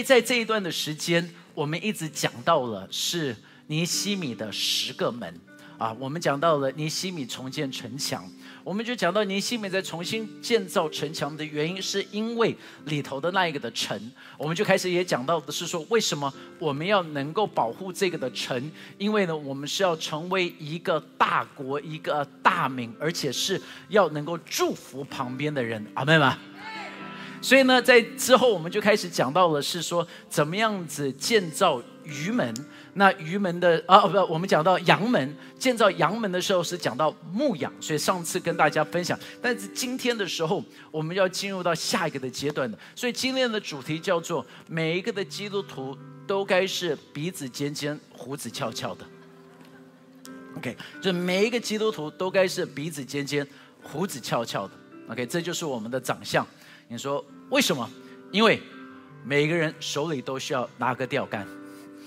在这一段的时间，我们一直讲到了是尼希米的10个门啊，我们讲到了尼希米重建城墙，我们就讲到尼希米在重新建造城墙的原因，是因为里头的那一个的城。我们就开始也讲到的是说，为什么我们要能够保护这个的城？因为呢，我们是要成为一个大国，一个大民，而且是要能够祝福旁边的人。阿们吗？所以呢，在之后我们就开始讲到了是说，怎么样子建造鱼门。那鱼门的我们讲到羊门，建造羊门的时候是讲到牧养，所以上次跟大家分享。但是今天的时候，我们要进入到下一个的阶段的，所以今天的主题叫做每一个的基督徒都该是鼻子尖尖、胡子翘翘的。OK， 就每一个基督徒都该是鼻子尖尖、胡子翘翘的。OK， 这就是我们的长相。你说为什么？因为每个人手里都需要拿个钓竿。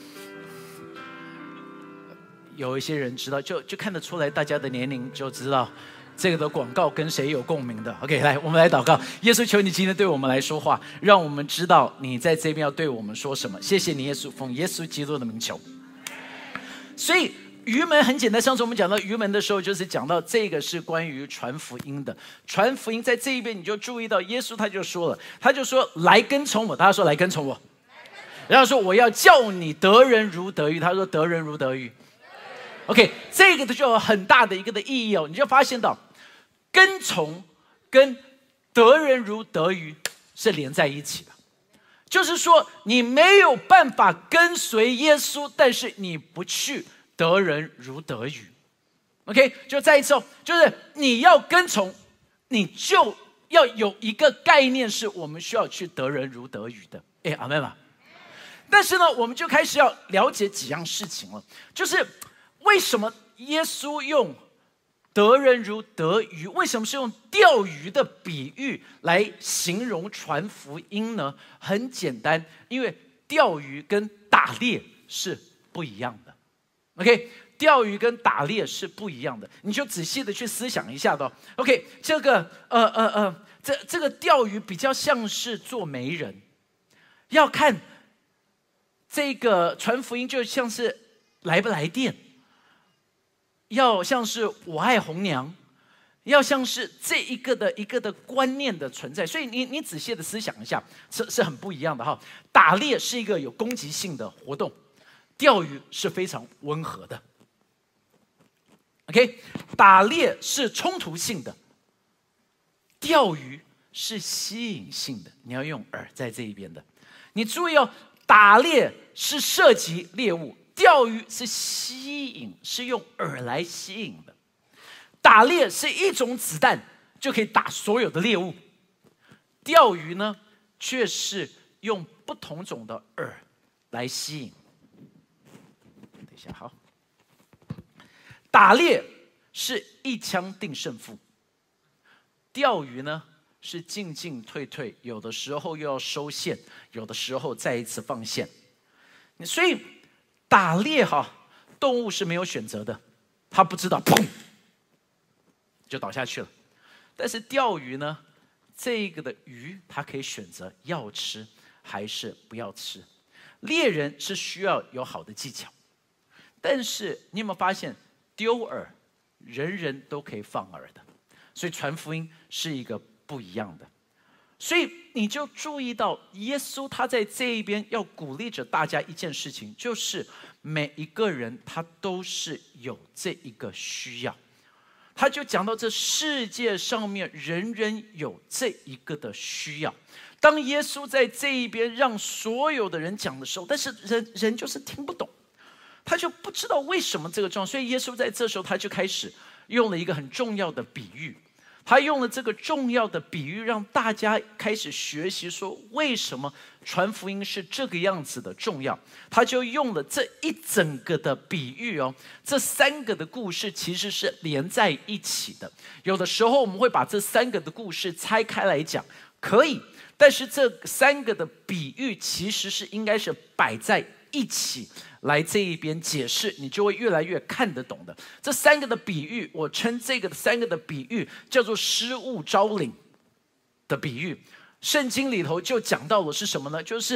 有一些人知道，就看得出来大家的年龄，就知道这个的广告跟谁有共鸣的。OK， 来，我们来祷告。耶稣，求你今天对我们来说话，让我们知道你在这边要对我们说什么。谢谢你，耶稣，奉耶稣基督的名求。所以鱼门很简单，上次我们讲到鱼门的时候，就是讲到这个是关于传福音的。传福音在这一边，你就注意到耶稣他就说了，他就说来跟从我。大家说来跟从我。然后说我要叫你得人如得鱼。他说得人如得鱼。OK， 这个就有很大的一个的意义哦，你就发现到跟从跟得人如得鱼是连在一起的，就是说你没有办法跟随耶稣，但是你不去得人如得鱼。OK， 就再一次哦，就是你要跟从，你就要有一个概念，是我们需要去得人如得鱼的。哎，阿们吗？但是呢，我们就开始要了解几样事情了，就是为什么耶稣用得人如得鱼？为什么是用钓鱼的比喻来形容传福音呢？很简单，因为钓鱼跟打猎是不一样的。OK， 钓鱼跟打猎是不一样的，你就仔细的去思想一下的。OK， 这个这个钓鱼比较像是做媒人，要看这个传福音就像是来不来电。要像是我爱红娘，要像是这一个的观念的存在，所以你仔细的思想一下，是很不一样的哈。打猎是一个有攻击性的活动，钓鱼是非常温和的。OK， 打猎是冲突性的，钓鱼是吸引性的。你要用饵在这一边的，你注意哦，打猎是射击猎物。钓鱼是吸引，是用饵来吸引的。打猎是一种子弹就可以打所有的猎物，钓鱼呢却是用不同种的饵来吸引。等一下，好。打猎是一枪定胜负，钓鱼呢是进进退退，有的时候又要收线，有的时候再一次放线。所以打猎动物是没有选择的，它不知道砰就倒下去了。但是钓鱼呢，这个的鱼它可以选择要吃还是不要吃。猎人是需要有好的技巧，但是你有没有发现丢饵人人都可以放饵的，所以传福音是一个不一样的。所以你就注意到耶稣他在这一边要鼓励着大家一件事情，就是每一个人他都是有这一个需要。他就讲到这世界上面人人有这一个的需要。当耶稣在这一边让所有的人讲的时候，但是人就是听不懂，他就不知道为什么这个状况。所以耶稣在这时候他就开始用了一个很重要的比喻，他用了这个重要的比喻让大家开始学习说为什么传福音是这个样子的重要。他就用了这一整个的比喻哦，这3个的故事其实是连在一起的。有的时候我们会把这3个的故事拆开来讲，可以，但是这3个的比喻其实是应该是摆在一起来这一边解释，你就会越来越看得懂的。这3个的比喻，我称这个3个的比喻叫做失物招领的比喻。圣经里头就讲到了是什么呢？就是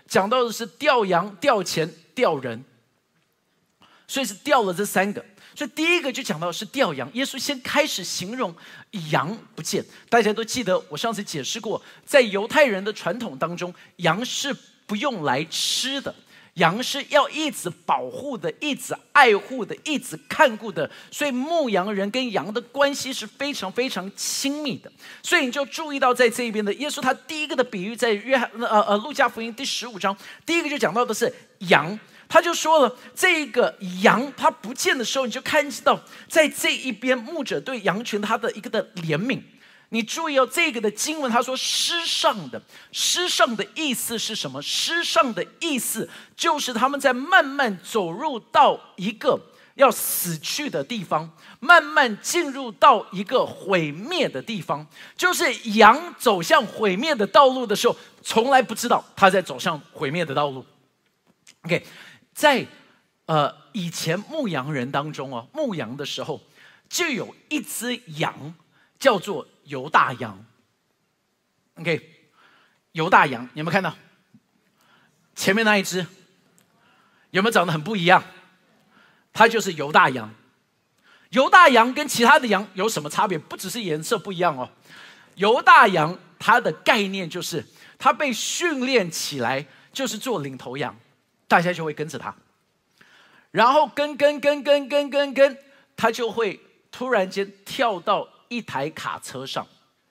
讲到的是调羊、调钱、调人，所以是调了这3个。所以第一个就讲到是调羊，耶稣先开始形容羊不见。大家都记得我上次解释过，在犹太人的传统当中，羊是不用来吃的，羊是要一直保护的，一直爱护的，一直看顾的。所以牧羊人跟羊的关系是非常非常亲密的。所以你就注意到在这边的耶稣，他第一个的比喻在路加福音第15章，第一个就讲到的是羊。他就说了，这个羊它不见的时候，你就看到在这一边牧者对羊群他的一个的怜悯。你注意哦，这个的经文他说失丧的意思是什么？失丧的意思就是他们在慢慢走入到一个要死去的地方，慢慢进入到一个毁灭的地方。就是羊走向毁灭的道路的时候，从来不知道他在走向毁灭的道路。OK。在以前牧羊人当中哦，牧羊的时候就有一只羊叫做犹大羊。OK， 犹大羊，你有没有看到？前面那一只有没有长得很不一样？它就是犹大羊。犹大羊跟其他的羊有什么差别？不只是颜色不一样哦。犹大羊它的概念就是它被训练起来就是做领头羊。大家就会跟着他，然后跟，他就会突然间跳到一台卡车上，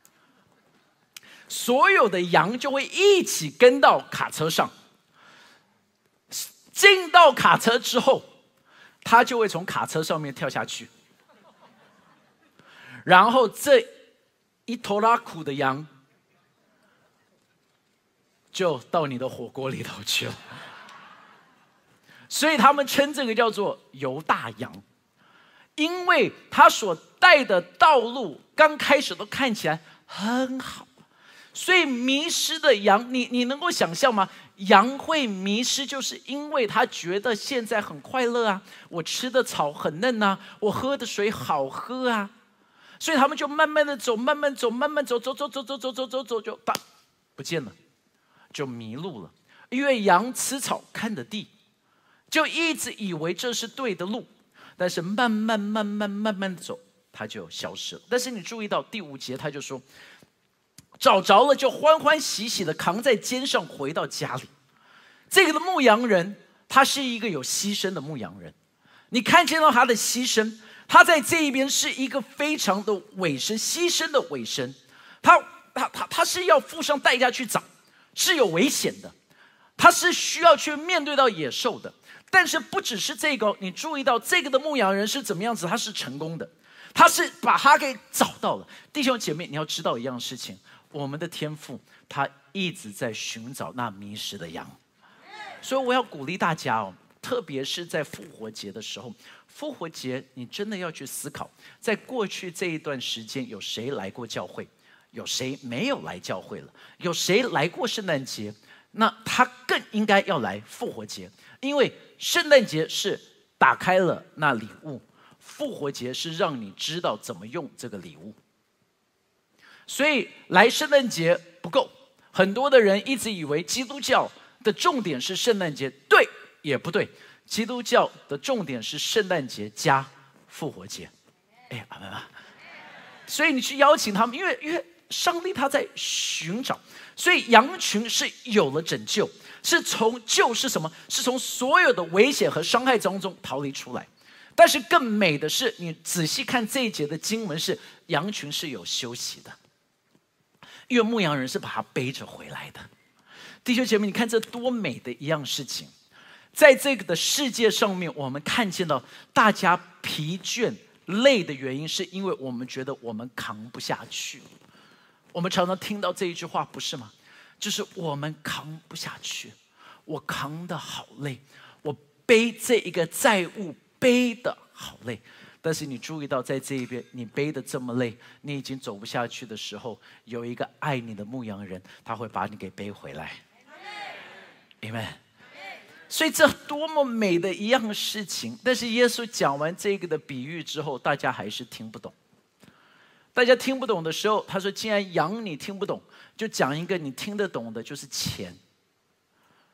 所有的羊就会一起跟到卡车上。进到卡车之后，他就会从卡车上面跳下去，然后这一头拉苦的羊就到你的火锅里头去了。所以他们称这个叫做犹大羊，因为他所带的道路刚开始都看起来很好，所以迷失的羊，你能够想象吗？羊会迷失，就是因为他觉得现在很快乐啊，我吃的草很嫩啊，我喝的水好喝啊，所以他们就慢慢的走，慢慢走，就不见了，就迷路了。因为羊吃草看得地，就一直以为这是对的路，但是慢慢的走，它就消失了。但是你注意到第5节，他就说，找着了就欢欢喜喜的扛在肩上回到家里。这个的牧羊人，他是一个有牺牲的牧羊人。你看见到他的牺牲，他在这一边是一个非常的委身，牺牲的委身。他是要付上代价去找，是有危险的，他是需要去面对到野兽的。但是不只是这个，你注意到这个的牧羊人是怎么样子？他是成功的，他是把他给找到了。弟兄姐妹，你要知道一样事情，我们的天父他一直在寻找那迷失的羊。所以我要鼓励大家哦，特别是在复活节的时候，复活节你真的要去思考，在过去这一段时间有谁来过教会，有谁没有来教会了，有谁来过圣诞节，那他更应该要来复活节。因为圣诞节是打开了那礼物，复活节是让你知道怎么用这个礼物。所以来圣诞节不够，很多的人一直以为基督教的重点是圣诞节，对也不对，基督教的重点是圣诞节加复活节。哎，阿们啊！所以你去邀请他们，因为上帝他在寻找，所以羊群是有了拯救，是从是什么？是从所有的危险和伤害当中逃离出来。但是更美的是，你仔细看这一节的经文，是羊群是有休息的，因为牧羊人是把它背着回来的。弟兄姐妹，你看这多美的一样事情！在这个的世界上面，我们看见到大家疲倦累的原因，是因为我们觉得我们扛不下去。我们常常听到这一句话，不是吗？就是我们扛不下去，我扛得好累，我背这一个债务背得好累。但是你注意到，在这一边你背得这么累，你已经走不下去的时候，有一个爱你的牧羊人，他会把你给背回来。Amen。所以这多么美的一样事情！但是耶稣讲完这个的比喻之后，大家还是听不懂。大家听不懂的时候，他说：“既然羊你听不懂，就讲一个你听得懂的，就是钱。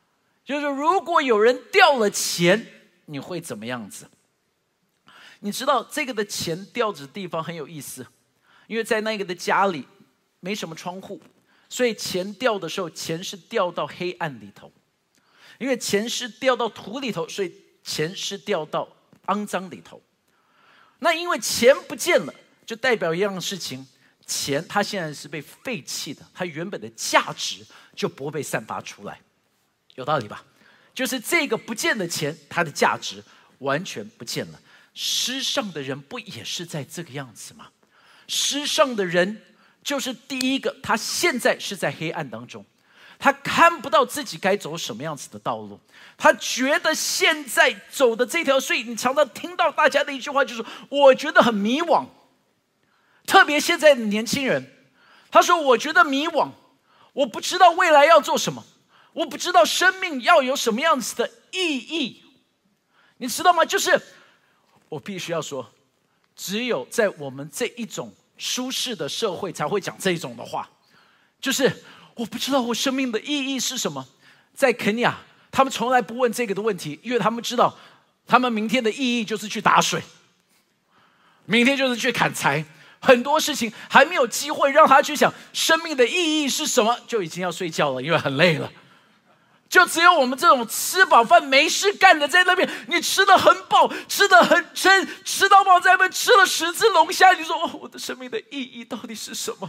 就是如果有人掉了钱，你会怎么样子？你知道这个的钱掉的地方很有意思，因为在那个的家里没什么窗户，所以钱掉的时候，钱是掉到黑暗里头。因为钱是掉到土里头，所以钱是掉到肮脏里头。那因为钱不见了，就代表一样的事情，钱它现在是被废弃的，它原本的价值就不会被散发出来。有道理吧？就是这个不见的钱，它的价值完全不见了。世上的人不也是在这个样子吗？世上的人就是第一个，他现在是在黑暗当中，他看不到自己该走什么样子的道路，他觉得现在走的这条，所以你常常听到大家的一句话就是我觉得很迷惘。特别现在的年轻人，他说我觉得迷惘，我不知道未来要做什么，我不知道生命要有什么样子的意义。你知道吗？就是我必须要说，只有在我们这一种舒适的社会才会讲这种的话，就是我不知道我生命的意义是什么。在肯亚，他们从来不问这个的问题，因为他们知道他们明天的意义就是去打水，明天就是去砍柴，很多事情还没有机会让他去想生命的意义是什么，就已经要睡觉了，因为很累了。就只有我们这种吃饱饭没事干的，在那边你吃得很饱，吃得很撑，吃到饱，在那边吃了10只龙虾，你说我的生命的意义到底是什么？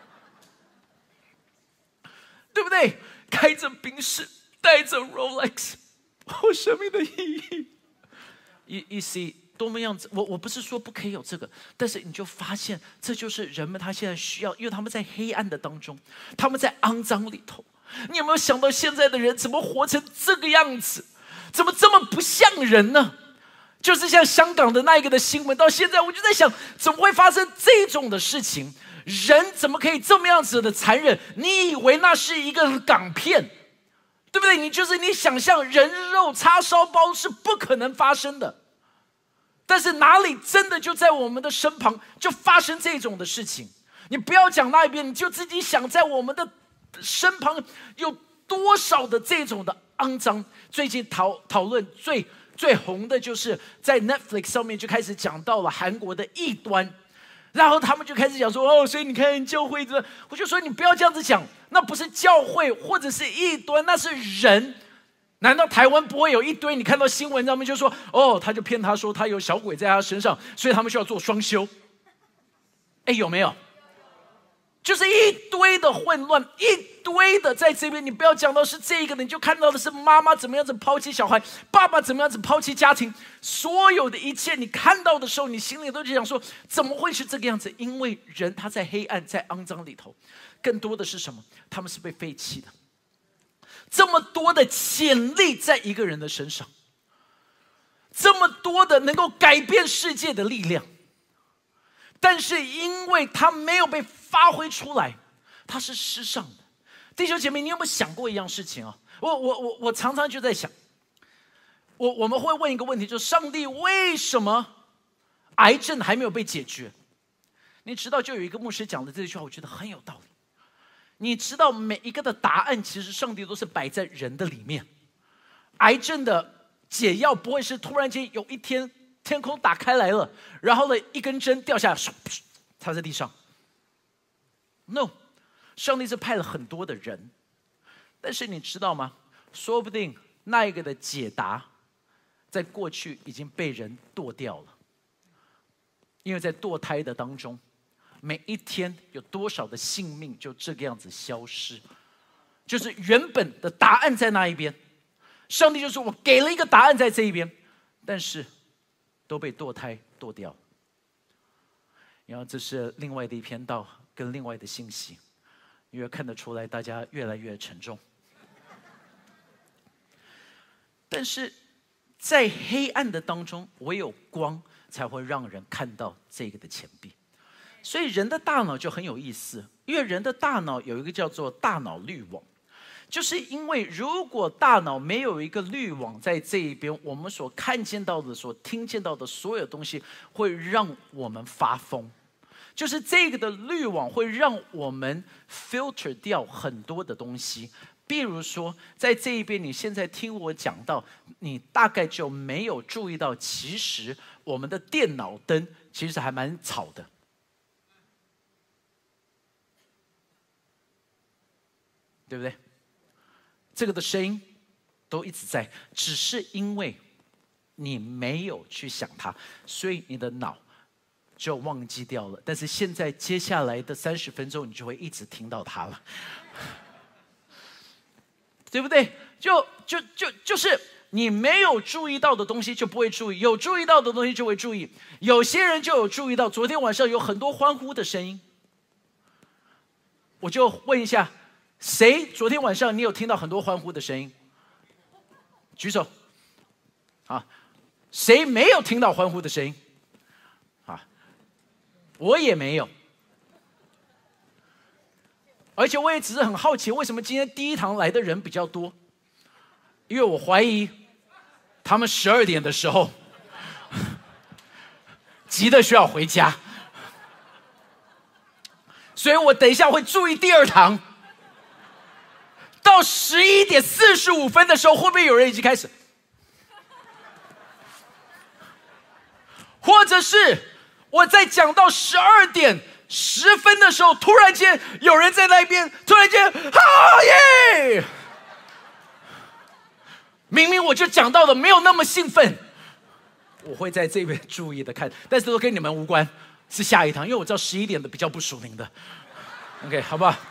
对不对？开着宾士，带着 Rolex， 我生命的意义，you see 多么样子？我不是说不可以有这个，但是你就发现这就是人们他现在需要，因为他们在黑暗的当中，他们在肮脏里头。你有没有想到现在的人怎么活成这个样子？怎么这么不像人呢？就是像香港的那一个的新闻，到现在我就在想，怎么会发生这种的事情？人怎么可以这么样子的残忍？你以为那是一个港片，对不对？你想象人肉叉烧包是不可能发生的，但是哪里真的就在我们的身旁就发生这种的事情？你不要讲那一边，你就自己想在我们的身旁有多少的这种的肮脏。最近讨论最红的就是在 Netflix 上面就开始讲到了韩国的异端，然后他们就开始讲说所以你看教会这，我就说你不要这样子讲，那不是教会或者是异端，那是人。难道台湾不会有一堆你看到新闻上面就说他就骗他说他有小鬼在他身上，所以他们需要做双修？有没有？就是一堆的混乱，一堆的在这边。你不要讲到是这个，你就看到的是妈妈怎么样子抛弃小孩，爸爸怎么样子抛弃家庭，所有的一切你看到的时候，你心里都在想说怎么会是这个样子？因为人他在黑暗在肮脏里头，更多的是什么？他们是被废弃的。这么多的潜力在一个人的身上，这么多的能够改变世界的力量，但是因为他没有被发挥出来，他是失上的。弟兄姐妹，你有没有想过一样事情啊？我常常就在想，我们会问一个问题，就是上帝为什么癌症还没有被解决？你知道，就有一个牧师讲的这句话，我觉得很有道理。你知道每一个的答案，其实上帝都是摆在人的里面。癌症的解药不会是突然间有一天天空打开来了，然后呢一根针掉下来，插在地上。No， 上帝是派了很多的人，但是你知道吗？说不定那一个的解答，在过去已经被人剁掉了，因为在堕胎的当中。每一天有多少的性命就这个样子消失？就是原本的答案在那一边，上帝就说我给了一个答案在这一边，但是都被堕胎剁掉。然后这是另外的一篇道跟另外的信息，因为看得出来大家越来越沉重。但是在黑暗的当中，唯有光才会让人看到这个的钱币。所以人的大脑就很有意思，因为人的大脑有一个叫做大脑滤网，就是因为如果大脑没有一个滤网在这一边，我们所看见到的、所听见到的所有东西会让我们发疯，就是这个的滤网会让我们 filter 掉很多的东西， 比如说，在这一边，你现在听我讲到，你大概就没有注意到，其实我们的电脑灯其实还蛮吵的。对不对？这个的声音都一直在，只是因为你没有去想它，所以你的脑就忘记掉了。但是现在接下来的30分钟，你就会一直听到它了，对不对？就是你没有注意到的东西就不会注意，有注意到的东西就会注意。有些人就有注意到，昨天晚上有很多欢呼的声音，我就问一下。谁昨天晚上你有听到很多欢呼的声音？举手。啊，谁没有听到欢呼的声音？啊，我也没有。而且我也只是很好奇，为什么今天第一堂来的人比较多？因为我怀疑他们12点的时候急得需要回家，所以我等一下会注意第2堂。到11点45分的时候，会不会有人已经开始？或者是我在讲到12点10分的时候，突然间有人在那边，突然间，好耶！明明我就讲到的没有那么兴奋，我会在这边注意的看，但是都跟你们无关，是下一堂，因为我知道11点的比较不属灵的。OK， 好不好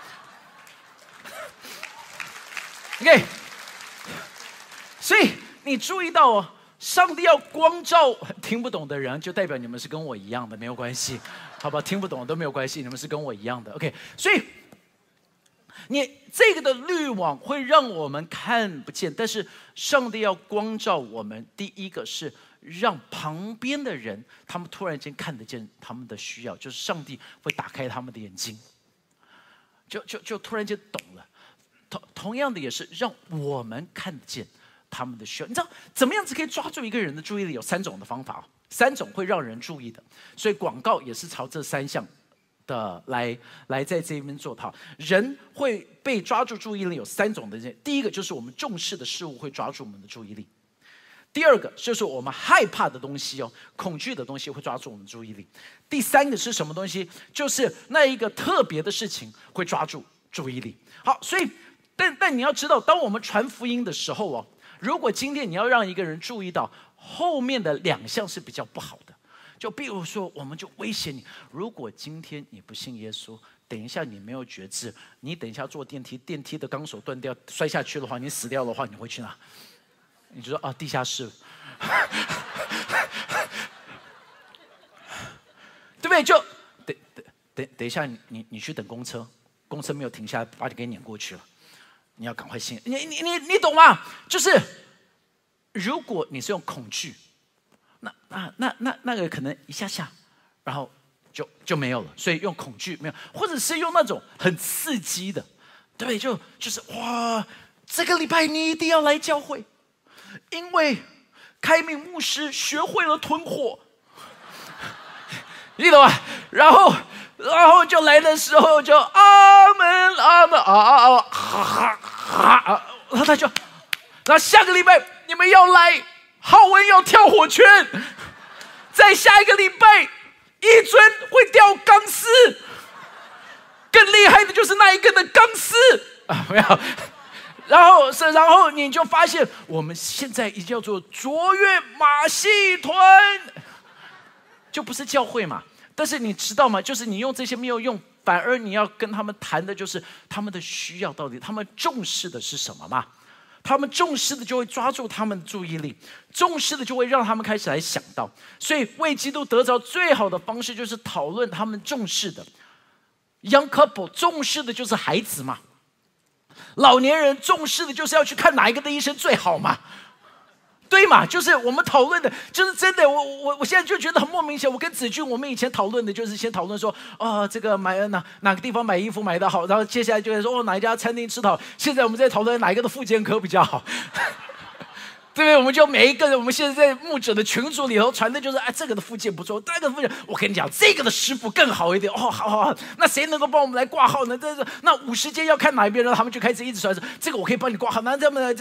？OK， 所以你注意到哦，上帝要光照听不懂的人，就代表你们是跟我一样的，没有关系，好吧？听不懂都没有关系，你们是跟我一样的。OK， 所以你这个的滤网会让我们看不见，但是上帝要光照我们，第一个是让旁边的人他们突然间看得见他们的需要，就是上帝会打开他们的眼睛，就突然间懂了。同样的也是让我们看见他们的需要。你知道怎么样子可以抓住一个人的注意力？有3种的方法，3种会让人注意的。所以广告也是朝这3项的来在这边做套。人会被抓住注意力有3种的，第一个就是我们重视的事物会抓住我们的注意力。第2个就是我们害怕的东西恐惧的东西会抓住我们的注意力。第3个是什么东西？就是那一个特别的事情会抓住注意力。好，所以但你要知道，当我们传福音的时候如果今天你要让一个人注意到，后面的2项是比较不好的。就比如说，我们就威胁你，如果今天你不信耶稣，等一下你没有觉知，你等一下坐电梯，电梯的钢手断掉摔下去的话，你死掉的话，你会去哪？你就说地下室，对不对？就等一下你去等公车，公车没有停下来，把你给碾过去了。你要赶快信，你懂吗？就是如果你是用恐惧，那个可能一下，然后就没有了。所以用恐惧没有，或者是用那种很刺激的，对，就是哇，这个礼拜你一定要来教会，因为开明牧师学会了吞火，你懂吗？然后就来的时候就阿门阿门然后他就，然后下个礼拜你们要来，浩文要跳火圈，再下一个礼拜一尊会吊钢丝，更厉害的就是那一根的钢丝没有。然后你就发现，我们现在已经叫做卓越马戏团，就不是教会嘛。但是你知道吗？就是你用这些没有用，反而你要跟他们谈的就是他们的需要到底，他们重视的是什么嘛？他们重视的就会抓住他们的注意力，重视的就会让他们开始来想到。所以为基督得着最好的方式就是讨论他们重视的。Young couple 重视的就是孩子嘛，老年人重视的就是要去看哪一个的医生最好嘛。对嘛？就是我们讨论的，就是真的。我现在就觉得很莫名其妙。我跟子俊，我们以前讨论的就是先讨论说，这个买哪个地方买衣服买得好，然后接下来就会说哪一家餐厅吃得好。现在我们在讨论哪一个的复健科比较好，对对不对？我们就每一个人，我们现在在牧者的群组里头传的就是，哎，这个的附件不错，那个附件，我跟你讲，这个的师傅更好一点。哦，好，那谁能够帮我们来挂号呢？那50间要看哪一边，然后他们就开始一直传说，这个我可以帮你挂号，那这么，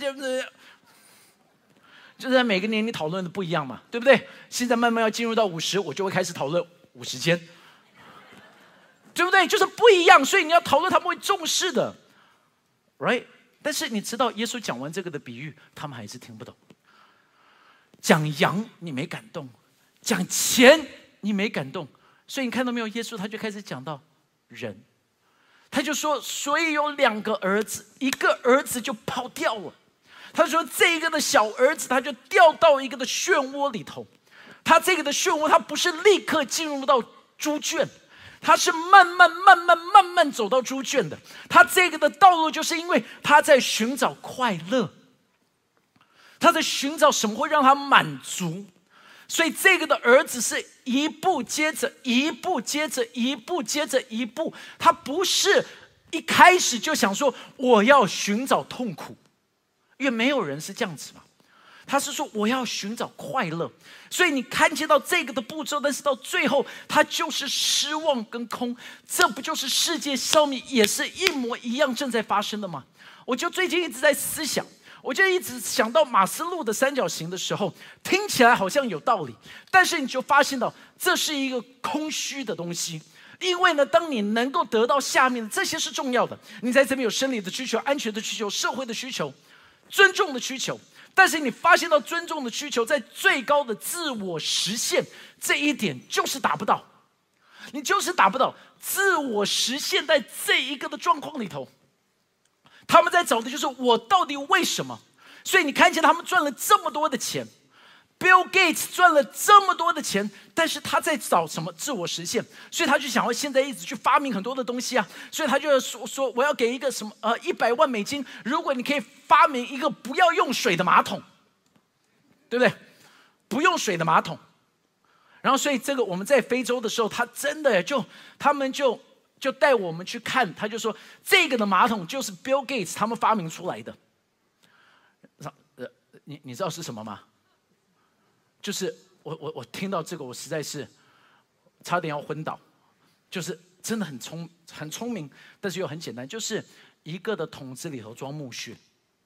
就是在每个年龄讨论的不一样嘛，对不对？现在慢慢要进入到50，我就会开始讨论50间，对不对？就是不一样，所以你要讨论，他们会重视的 ，right？但是你知道，耶稣讲完这个的比喻，他们还是听不懂。讲羊你没感动，讲钱你没感动，所以你看到没有？耶稣他就开始讲到人，他就说，所以有2个儿子，一个儿子就跑掉了。他说这个的小儿子他就掉到一个的漩涡里头，他这个的漩涡他不是立刻进入到猪圈，他是慢慢走到猪圈的。他这个的道路就是因为他在寻找快乐，他在寻找什么会让他满足，所以这个的儿子是一步接着一步接着一步接着一步，他不是一开始就想说我要寻找痛苦，因为没有人是这样子嘛。他是说我要寻找快乐，所以你看见到这个的步骤，但是到最后他就是失望跟空。这不就是世界消灭也是一模一样正在发生的吗？我就最近一直在思想，我就一直想到马斯洛的三角形的时候，听起来好像有道理，但是你就发现到这是一个空虚的东西。因为呢，当你能够得到下面的这些是重要的，你在这边有生理的需求、安全的需求、社会的需求、尊重的需求，但是你发现到尊重的需求在最高的自我实现这一点就是达不到，你就是达不到自我实现。在这一个的状况里头，他们在找的就是我到底为什么。所以你看见他们赚了这么多的钱， Bill Gates 赚了这么多的钱，但是他在找什么自我实现？所以他就想要现在一直去发明很多的东西啊。所以他就说我要给一个什么100万美金，如果你可以发明一个不要用水的马桶，对不对？不用水的马桶。然后所以这个我们在非洲的时候，他真的他们就带我们去看，他就说这个的马桶就是 Bill Gates 他们发明出来的。你知道是什么吗？就是我听到这个，我实在是差点要昏倒。就是真的很聪明，但是又很简单，就是一个的桶子里头装木屑，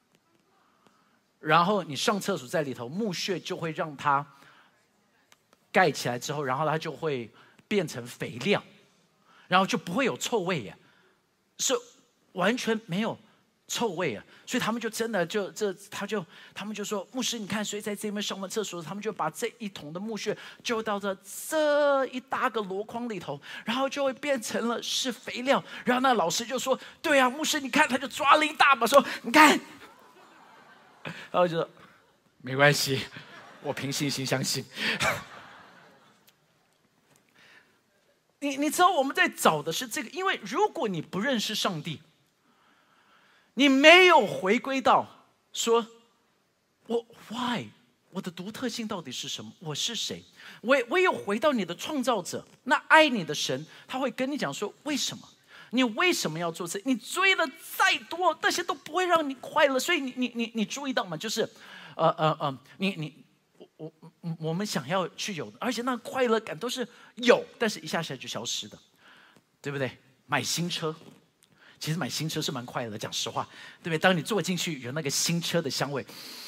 然后你上厕所在里头，木屑就会让它盖起来之后，然后它就会变成肥料，然后就不会有臭味耶，是完全没有臭味啊。所以他们就真的他们就说，牧师你看谁在这边上完厕所，他们就把这一桶的木屑就到这一大个箩筐里头，然后就会变成了是肥料。然后那老师就说对啊，牧师你看，他就抓了一大把说你看，然后就说没关系，我凭信心相信。你知道我们在找的是这个，因为如果你不认识上帝，你没有回归到说我 why 我的独特性到底是什么，我是谁，我有回到你的创造者，那爱你的神他会跟你讲说为什么，你为什么要做这，你追了再多那些都不会让你快乐。所以你注意到吗？就是我们想要去有的，而且那快乐感都是有，但是一下就消失的，对不对？买新车，其实买新车是蛮快乐的，讲实话，对不对？当你坐进去有那个新车的香味，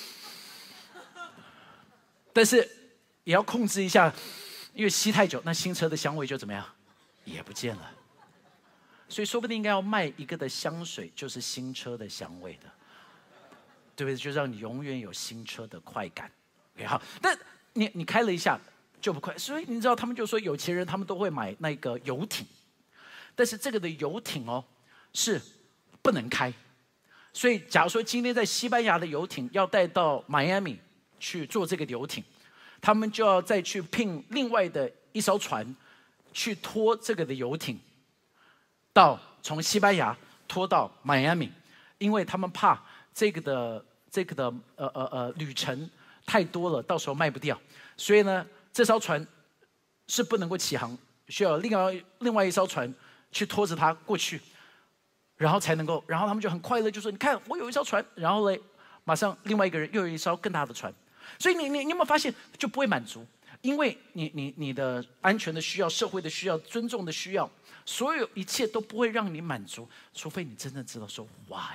但是也要控制一下，因为吸太久，那新车的香味就怎么样，也不见了。所以说不定应该要卖一个的香水，就是新车的香味的，对不对？就让你永远有新车的快感。OK， 好，但你开了一下就不快，所以你知道他们就说有钱人他们都会买那个游艇，但是这个的游艇是不能开。所以假如说今天在西班牙的游艇要带到迈阿密去做这个游艇，他们就要再去聘另外的一艘船去拖这个的游艇从西班牙拖到迈阿密，因为他们怕这个的旅程太多了，到时候卖不掉。所以呢，这艘船是不能够起航，需要另外一艘船去拖着它过去，然后才能够。然后他们就很快乐，就说：“你看，我有一艘船。”然后嘞， 马上另外一个人又有一艘更大的船。所以你有没有发现就不会满足？因为你的安全的需要、社会的需要、尊重的需要，所有一切都不会让你满足，除非你真正知道说 why。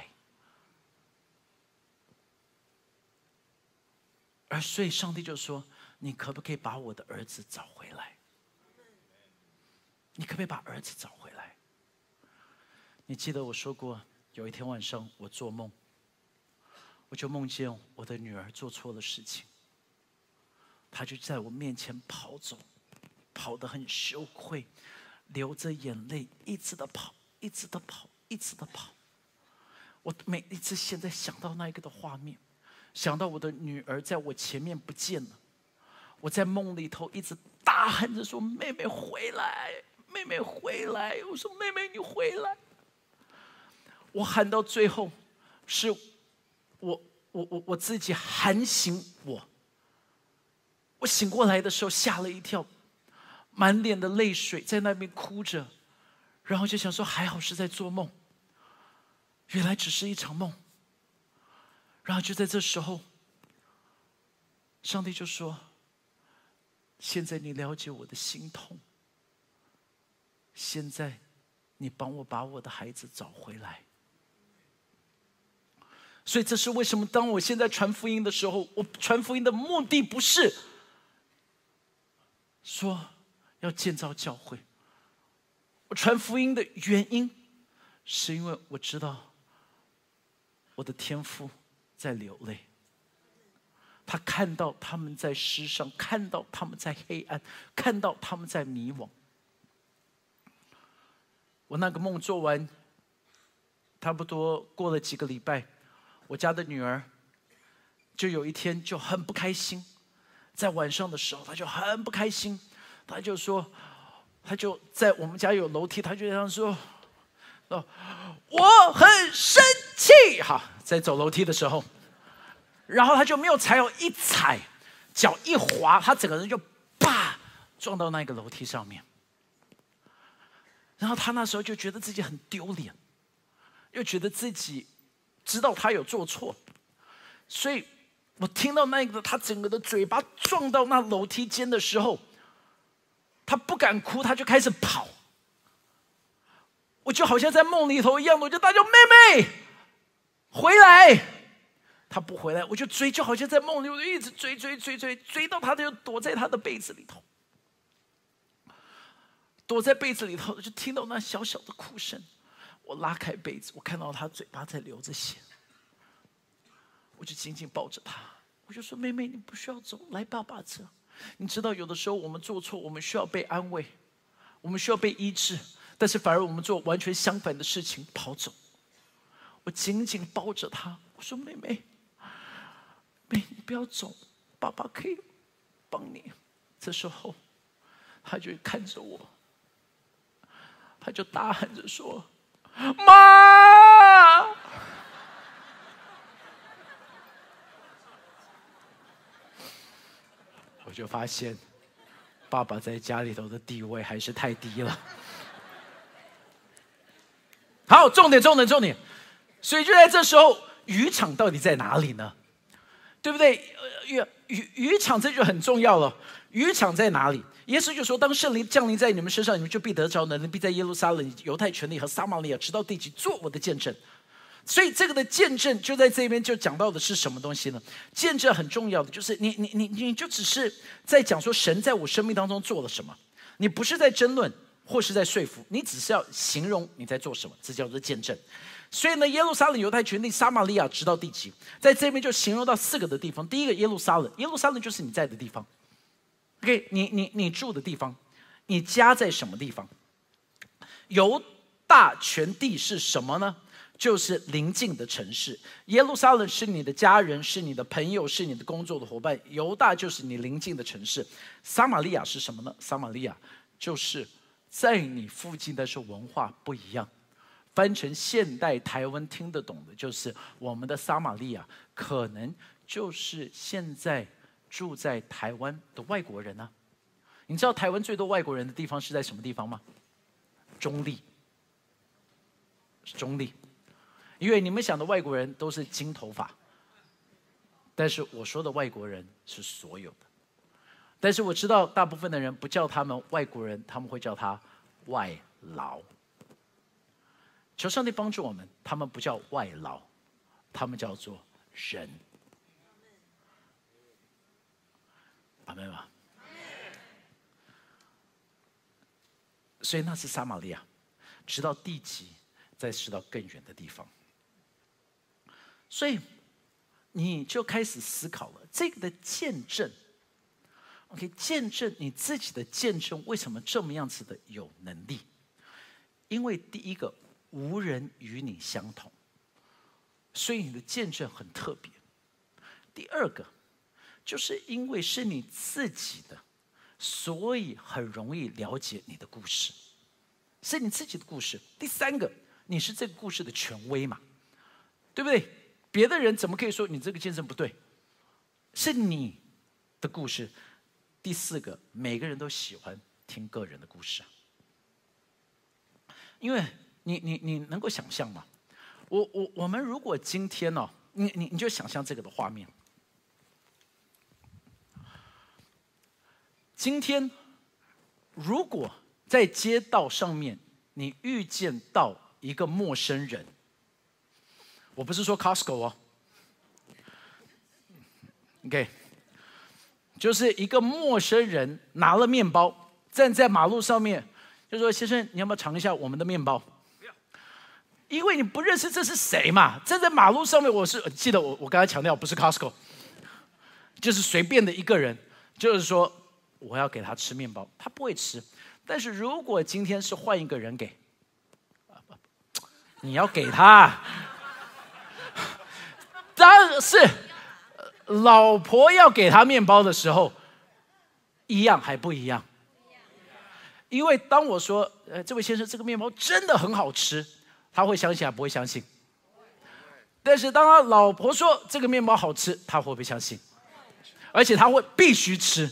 而所以上帝就说：“你可不可以把我的儿子找回来？你可不可以把儿子找回来？”你记得我说过，有一天晚上我做梦，我就梦见我的女儿做错了事情，她就在我面前跑走，跑得很羞愧，流着眼泪，一直的跑，一直的跑，一直的跑。我每一次现在想到那一个的画面，想到我的女儿在我前面不见了，我在梦里头一直大喊着说：“妹妹回来，妹妹回来！”我说：“妹妹你回来！”我喊到最后，是我自己喊醒我。我醒过来的时候吓了一跳，满脸的泪水，在那边哭着，然后就想说还好是在做梦，原来只是一场梦。然后就在这时候，上帝就说：“现在你了解我的心痛，现在你帮我把我的孩子找回来。”所以这是为什么当我现在传福音的时候，我传福音的目的不是说要建造教会，我传福音的原因是因为我知道我的天父在流泪，他看到他们在世上，看到他们在黑暗，看到他们在迷惘。我那个梦做完，差不多过了几个礼拜，我家的女儿就有一天就很不开心，在晚上的时候她就很不开心，她就说，她就在我们家有楼梯，她就这样说：“我很生气。”好，在走楼梯的时候，然后她就没有踩好，一踩，脚一滑，她整个人就啪撞到那个楼梯上面。然后她那时候就觉得自己很丢脸，又觉得自己知道他有做错，所以我听到那个他整个的嘴巴撞到那楼梯间的时候，他不敢哭，他就开始跑。我就好像在梦里头一样，我就大叫：“妹妹，回来！”他不回来，我就追，就好像在梦里，我就一直追到他就躲在他的被子里头，躲在被子里头，就听到那小小的哭声。我拉开被子，我看到他嘴巴在流着血，我就紧紧抱着他，我就说：“妹妹，你不需要走，来爸爸这。”你知道，有的时候我们做错，我们需要被安慰，我们需要被医治，但是反而我们做完全相反的事情，跑走。我紧紧抱着他，我说：“妹妹，你不要走，爸爸可以帮你。”这时候，他就看着我，他就大喊着说：“妈！”我就发现，爸爸在家里头的地位还是太低了。好，重点。所以就在这时候，渔场到底在哪里呢？对不对？渔场这就很重要了。渔场在哪里？耶稣就说：“当圣灵降临在你们身上，你们就必得着能力，必在耶路撒冷、犹太全地和撒玛利亚，直到地极，做我的见证。”所以这个的见证就在这边就讲到的是什么东西呢？见证很重要的就是你就只是在讲说神在我生命当中做了什么，你不是在争论或是在说服，你只是要形容你在做什么，这叫做见证。所以呢，耶路撒冷、犹太全地、撒玛利亚，直到地极，在这边就形容到4个的地方。第一个耶路撒冷，耶路撒冷就是你在的地方。OK， 你住的地方，你家在什么地方？犹大全地是什么呢？就是邻近的城市。耶路撒冷是你的家人，是你的朋友，是你的工作的伙伴。犹大就是你邻近的城市。撒玛利亚是什么呢？撒玛利亚就是在你附近，但是文化不一样。翻成现代台湾听得懂的，就是我们的撒玛利亚，可能就是现在住在台湾的外国人啊。你知道台湾最多外国人的地方是在什么地方吗？中立，中立。因为你们想的外国人都是金头发， 但是我说的外国人是所有的。但是我知道大部分的人不叫他们外国人，他们会叫他外劳。求上帝帮助我们，他们不叫外劳，他们叫做人。阿们吗？所以那是撒玛利亚，直到地极，再直到更远的地方。所以你就开始思考了，这个的见证 ，OK， 见证你自己的见证为什么这么样子的有能力？因为第一个，无人与你相同，所以你的见证很特别。第二个，就是因为是你自己的，所以很容易了解你的故事，是你自己的故事。第三个，你是这个故事的权威嘛，对不对？别的人怎么可以说你这个见证不对？是你的故事。第四个，每个人都喜欢听个人的故事，因为你能够想象吗？我们如果今天哦，你就想象这个的画面。今天，如果在街道上面你遇见到一个陌生人，我不是说 Costco 哦 ，OK， 就是一个陌生人拿了面包，站在马路上面，就说：“先生，你要不要尝一下我们的面包？”因为你不认识这是谁嘛，站在马路上面，记得我刚才强调不是 Costco， 就是随便的一个人，就是说我要给他吃面包，他不会吃。但是如果今天是换一个人给，你要给他，但是老婆要给他面包的时候，一样还不一样？因为当我说，这位先生，这个面包真的很好吃，他会相信还不会相信？但是当他老婆说这个面包好吃，他会不会相信？而且他会必须吃，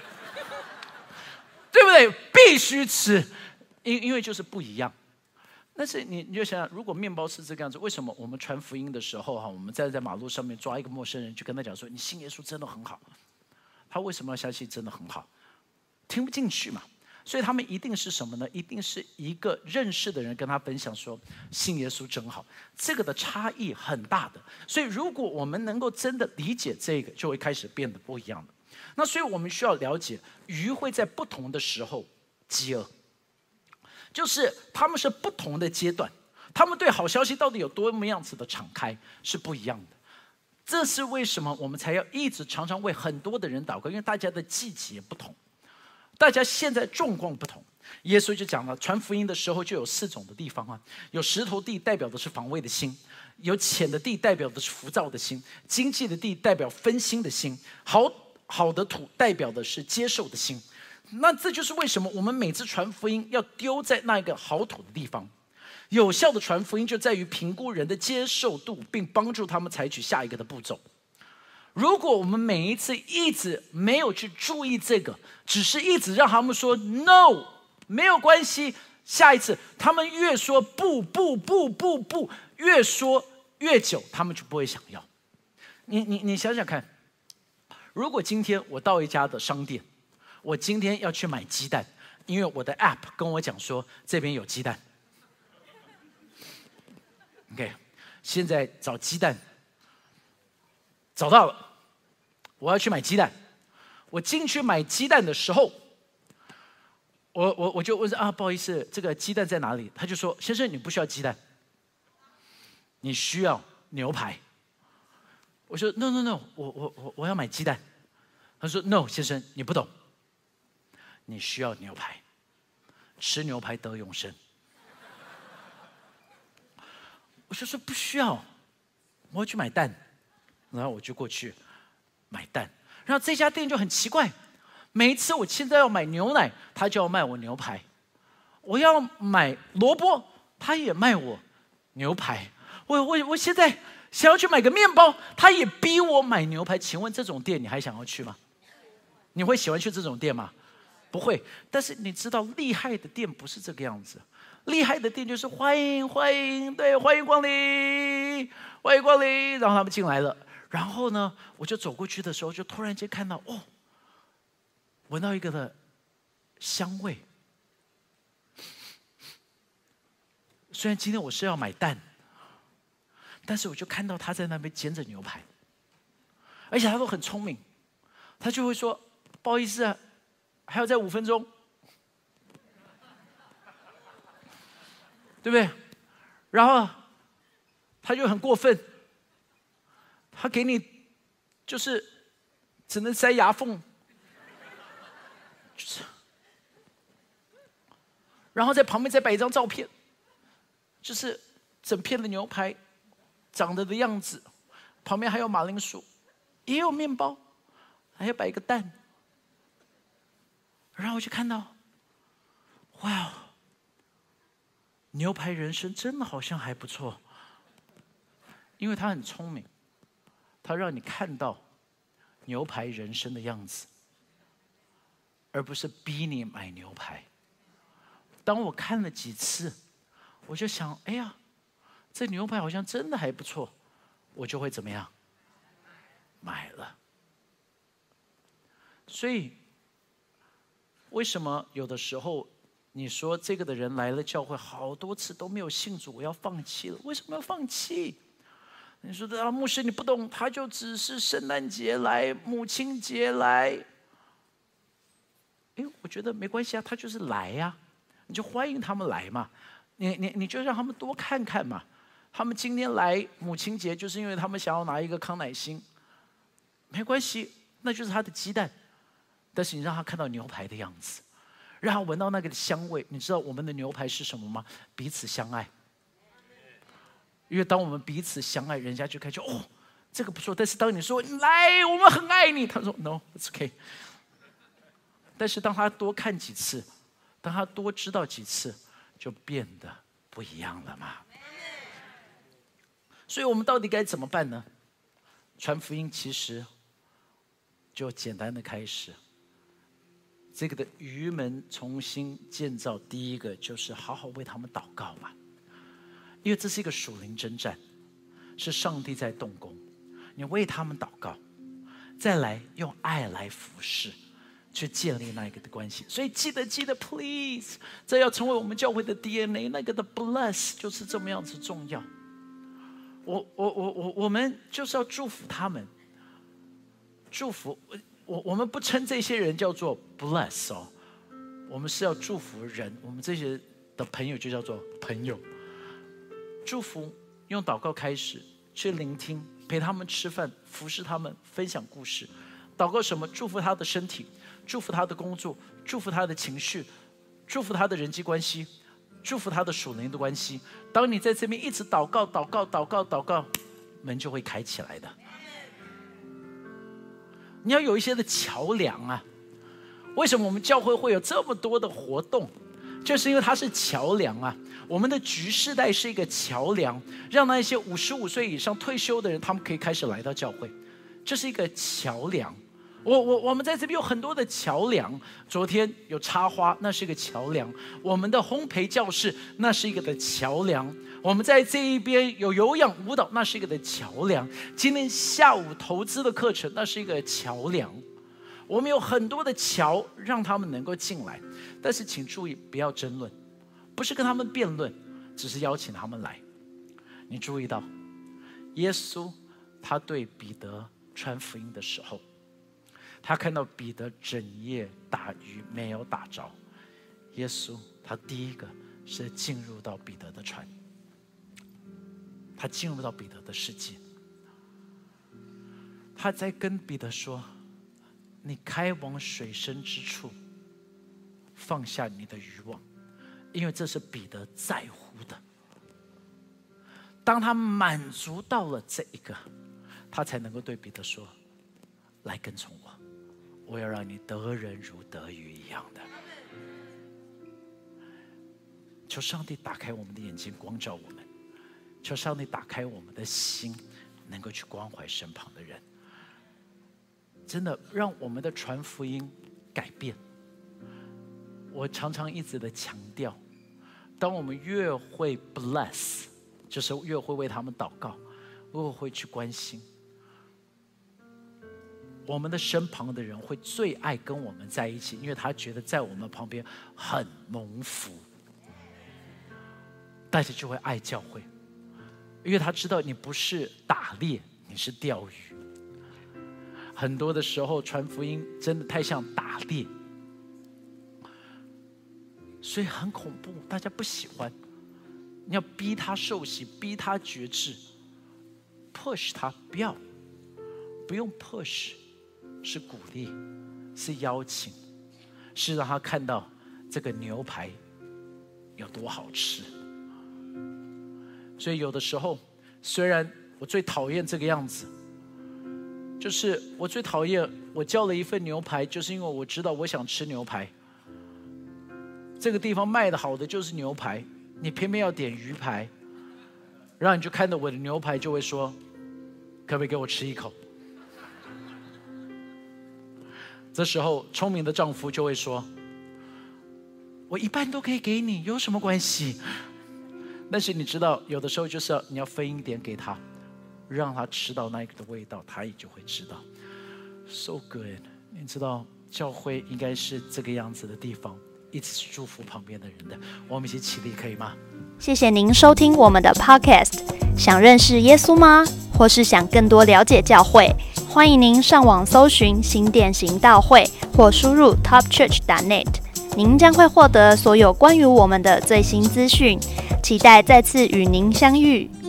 对不对？必须吃，因为就是不一样。但是你就想想，如果面包是这个样子，为什么我们传福音的时候我们站在马路上面抓一个陌生人，就跟他讲说：“你信耶稣真的很好。”他为什么要相信真的很好？听不进去嘛。所以他们一定是什么呢？一定是一个认识的人跟他分享说：“信耶稣真好。”这个的差异很大的。所以如果我们能够真的理解这个，就会开始变得不一样了。那所以我们需要了解，鱼会在不同的时候饥饿。就是他们是不同的阶段，他们对好消息到底有多么样子的敞开是不一样的。这是为什么我们才要一直常常为很多的人祷告，因为大家的季节不同，大家现在状况不同。耶稣就讲了，传福音的时候就有4种的地方啊，有石头地代表的是防卫的心，有浅的地代表的是浮躁的心，荆棘的地代表分心的心，好的土代表的是接受的心。那这就是为什么我们每次传福音要丢在那个好土的地方。有效的传福音就在于评估人的接受度，并帮助他们采取下一个的步骤。如果我们每一次一直没有去注意这个，只是一直让他们说 no， 没有关系，下一次他们越说不，越说越久，他们就不会想要。你想想看，如果今天我到一家的商店，我今天要去买鸡蛋，因为我的 app 跟我讲说这边有鸡蛋。OK， 现在找鸡蛋找到了，我要去买鸡蛋。我进去买鸡蛋的时候，我就问啊，不好意思，这个鸡蛋在哪里？他就说，先生，你不需要鸡蛋，你需要牛排。我说 no， 我要买鸡蛋。他说 no， 先生，你不懂。你需要牛排，吃牛排得永生。我就说不需要，我要去买蛋，然后我就过去买蛋。然后这家店就很奇怪，每一次我现在要买牛奶，他就要卖我牛排；我要买萝卜，他也卖我牛排。我现在想要去买个面包，他也逼我买牛排。请问这种店你还想要去吗？你会喜欢去这种店吗？不会。但是你知道厉害的店不是这个样子，厉害的店就是欢迎，对，欢迎光临，欢迎光临，然后他们进来了， 然后呢，我就走过去的时候，就突然间看到闻到一个的香味。虽然今天我是要买蛋，但是我就看到他在那边煎着牛排，而且他都很聪明，他就会说：“不好意思啊，还要再5分钟，对不对？”然后他就很过分，他给你就是只能塞牙缝，就是，然后在旁边再摆一张照片。就是整片的牛排长得的样子，旁边还有马铃薯，也有面包，还要摆一个蛋。然后我就看到，哇，牛排人生真的好像还不错，因为他很聪明，他让你看到牛排人生的样子，而不是逼你买牛排。当我看了几次，我就想，哎呀，这牛排好像真的还不错，我就会怎么样？买了。所以，为什么有的时候你说这个的人来了教会好多次都没有信主，我要放弃了？为什么要放弃？你说的牧师你不懂，他就只是圣诞节来、母亲节来。我觉得没关系啊，他就是来呀，你就欢迎他们来嘛。你就让他们多看看嘛。他们今天来母亲节，就是因为他们想要拿一个康乃馨，没关系，那就是他的鸡蛋。但是你让他看到牛排的样子，让他闻到那个香味。你知道我们的牛排是什么吗？彼此相爱。因为当我们彼此相爱，人家就开始这个不错。但是当你说来，我们很爱你，他说 No，it's okay。但是当他多看几次，当他多知道几次，就变得不一样了嘛。所以我们到底该怎么办呢？传福音其实就简单的开始。这个的鱼门重新建造，第一个就是好好为他们祷告嘛，因为这是一个属灵征战，是上帝在动工。你为他们祷告，再来用爱来服侍，去建立那一个的关系。所以记得 ，please， 这要成为我们教会的 DNA， 那个的 bless 就是这么样子重要。我们就是要祝福他们，祝福我们不称这些人叫做 bless 我们是要祝福人，我们这些的朋友就叫做朋友。祝福用祷告开始，去聆听，陪他们吃饭，服侍他们，分享故事。祷告什么？祝福他的身体，祝福他的工作，祝福他的情绪，祝福他的人际关系，祝福他的属灵的关系。当你在这边一直祷告，门就会开起来的。你要有一些的桥梁啊。为什么我们教会会有这么多的活动？就是因为它是桥梁啊。我们的局世代是一个桥梁，让那些55岁以上退休的人，他们可以开始来到教会，这是一个桥梁。我们在这边有很多的桥梁。昨天有插花，那是一个桥梁。我们的烘焙教室，那是一个的桥梁。我们在这一边有有氧舞蹈，那是一个的桥梁。今天下午投资的课程，那是一个桥梁。我们有很多的桥，让他们能够进来。但是请注意，不要争论，不是跟他们辩论，只是邀请他们来。你注意到，耶稣他对彼得传福音的时候，他看到彼得整夜打鱼没有打着，耶稣他第一个是进入到彼得的船，他进入到彼得的世界，他在跟彼得说：“你开往水深之处，放下你的渔网，因为这是彼得在乎的。”当他满足到了这一个，他才能够对彼得说：“来跟从我，我要让你得人如得鱼一样的。”求上帝打开我们的眼睛，光照我们；求上帝打开我们的心，能够去关怀身旁的人。真的让我们的传福音改变。我常常一直的强调，当我们越会 bless， 就是越会为他们祷告，越会去关心， 我们的身旁的人会最爱跟我们在一起，因为他觉得在我们旁边很蒙福，大家就会爱教会，因为他知道你不是打猎，你是钓鱼。很多的时候传福音真的太像打猎，所以很恐怖，大家不喜欢。你要逼他受洗，逼他决志， push 他，不用 push， 是鼓励，是邀请，是让他看到这个牛排有多好吃。所以有的时候，虽然我最讨厌这个样子，就是我最讨厌我叫了一份牛排，就是因为我知道我想吃牛排，这个地方卖的好的就是牛排，你偏偏要点鱼排，然后你就看到我的牛排就会说，可不可以给我吃一口？这时候聪明的丈夫就会说，我一半都可以给你，有什么关系？但是你知道，有的时候就是你要分一点给他，让他吃到那个的味道，他也就会知道。So good， 你知道教会应该是这个样子的地方，一起去祝福旁边的人的。我们一起起立，可以吗？ 谢谢您收听我们的 Podcast。想认识耶稣吗？或是想更多了解教会？欢迎您上网搜寻新店行道会，或输入 topchurch.net， 您将会获得所有关于我们的最新资讯。期待再次与您相遇。